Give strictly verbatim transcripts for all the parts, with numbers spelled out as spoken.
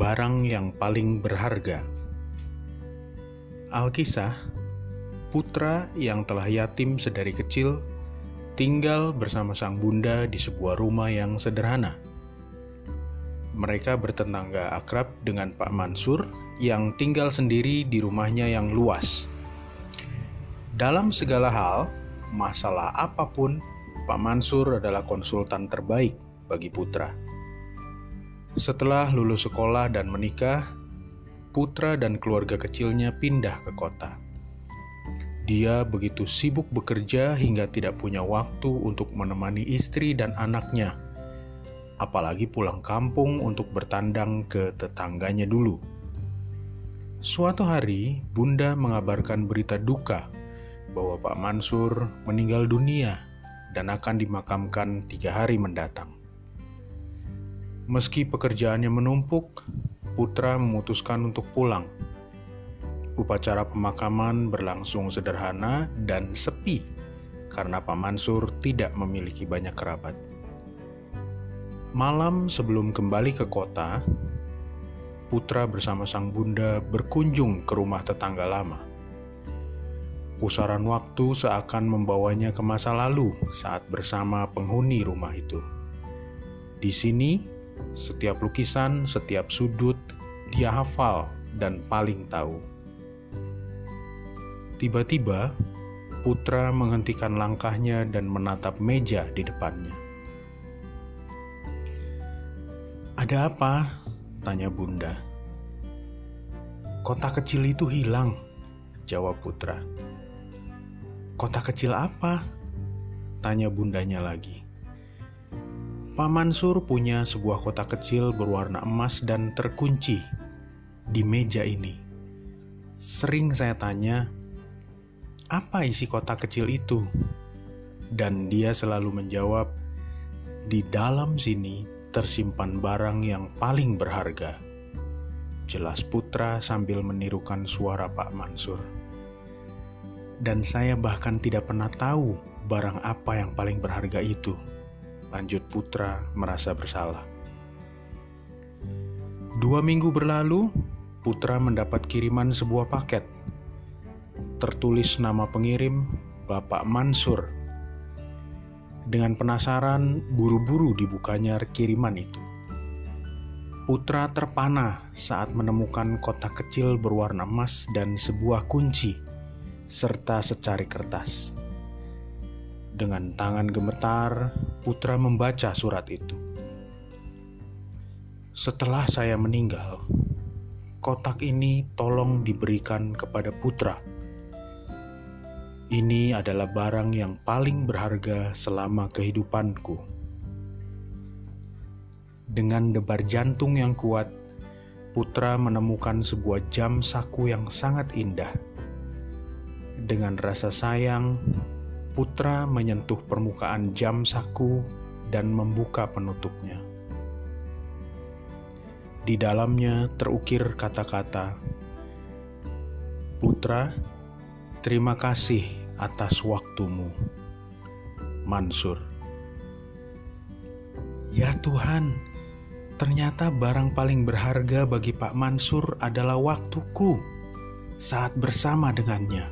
barang yang paling berharga. Alkisah, putra yang telah yatim sedari kecil tinggal bersama sang bunda di sebuah rumah yang sederhana. Mereka bertetangga akrab dengan Pak Mansur yang tinggal sendiri di rumahnya yang luas. Dalam segala hal, masalah apapun, Pak Mansur adalah konsultan terbaik bagi putra. Setelah lulus sekolah dan menikah, putra dan keluarga kecilnya pindah ke kota. Dia begitu sibuk bekerja hingga tidak punya waktu untuk menemani istri dan anaknya, apalagi pulang kampung untuk bertandang ke tetangganya dulu. Suatu hari, Bunda mengabarkan berita duka bahwa Pak Mansur meninggal dunia dan akan dimakamkan tiga hari mendatang. Meski pekerjaannya menumpuk, putra memutuskan untuk pulang. Upacara pemakaman berlangsung sederhana dan sepi karena Pak Mansur tidak memiliki banyak kerabat. Malam sebelum kembali ke kota, putra bersama sang bunda berkunjung ke rumah tetangga lama. Pusaran waktu seakan membawanya ke masa lalu saat bersama penghuni rumah itu. Di sini, setiap lukisan, setiap sudut, dia hafal dan paling tahu. Tiba-tiba, putra menghentikan langkahnya dan menatap meja di depannya. "Ada apa?" tanya bunda. "Kotak kecil itu hilang," jawab putra. "Kotak kecil apa?" tanya bundanya lagi. "Pak Mansur punya sebuah kotak kecil berwarna emas dan terkunci di meja ini. Sering saya tanya, apa isi kotak kecil itu? Dan dia selalu menjawab, di dalam sini tersimpan barang yang paling berharga," jelas putra sambil menirukan suara Pak Mansur. "Dan saya bahkan tidak pernah tahu barang apa yang paling berharga itu," lanjut putra merasa bersalah. Dua minggu berlalu, putra mendapat kiriman sebuah paket. Tertulis nama pengirim, Bapak Mansur. Dengan penasaran, buru-buru dibukanya kiriman itu. Putra terpana saat menemukan kotak kecil berwarna emas dan sebuah kunci, serta secari kertas. Dengan tangan gemetar, putra membaca surat itu. "Setelah saya meninggal, kotak ini tolong diberikan kepada putra. Ini adalah barang yang paling berharga selama kehidupanku." Dengan debar jantung yang kuat, putra menemukan sebuah jam saku yang sangat indah. Dengan rasa sayang, putra menyentuh permukaan jam saku dan membuka penutupnya. Di dalamnya terukir kata-kata, "Putra, terima kasih atas waktumu, Mansur." Ya Tuhan, ternyata barang paling berharga bagi Pak Mansur adalah waktuku saat bersama dengannya.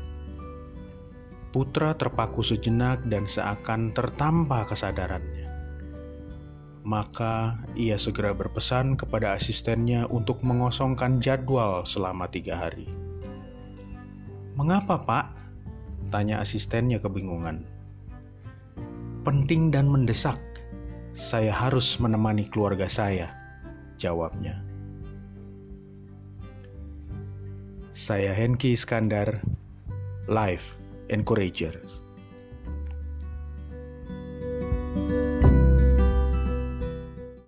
Putra terpaku sejenak dan seakan tertampa kesadarannya. Maka ia segera berpesan kepada asistennya untuk mengosongkan jadwal selama tiga hari. "Mengapa, Pak?" tanya asistennya kebingungan. "Penting dan mendesak. Saya harus menemani keluarga saya," jawabnya. Saya Hengki Iskandar, Life Encouragers.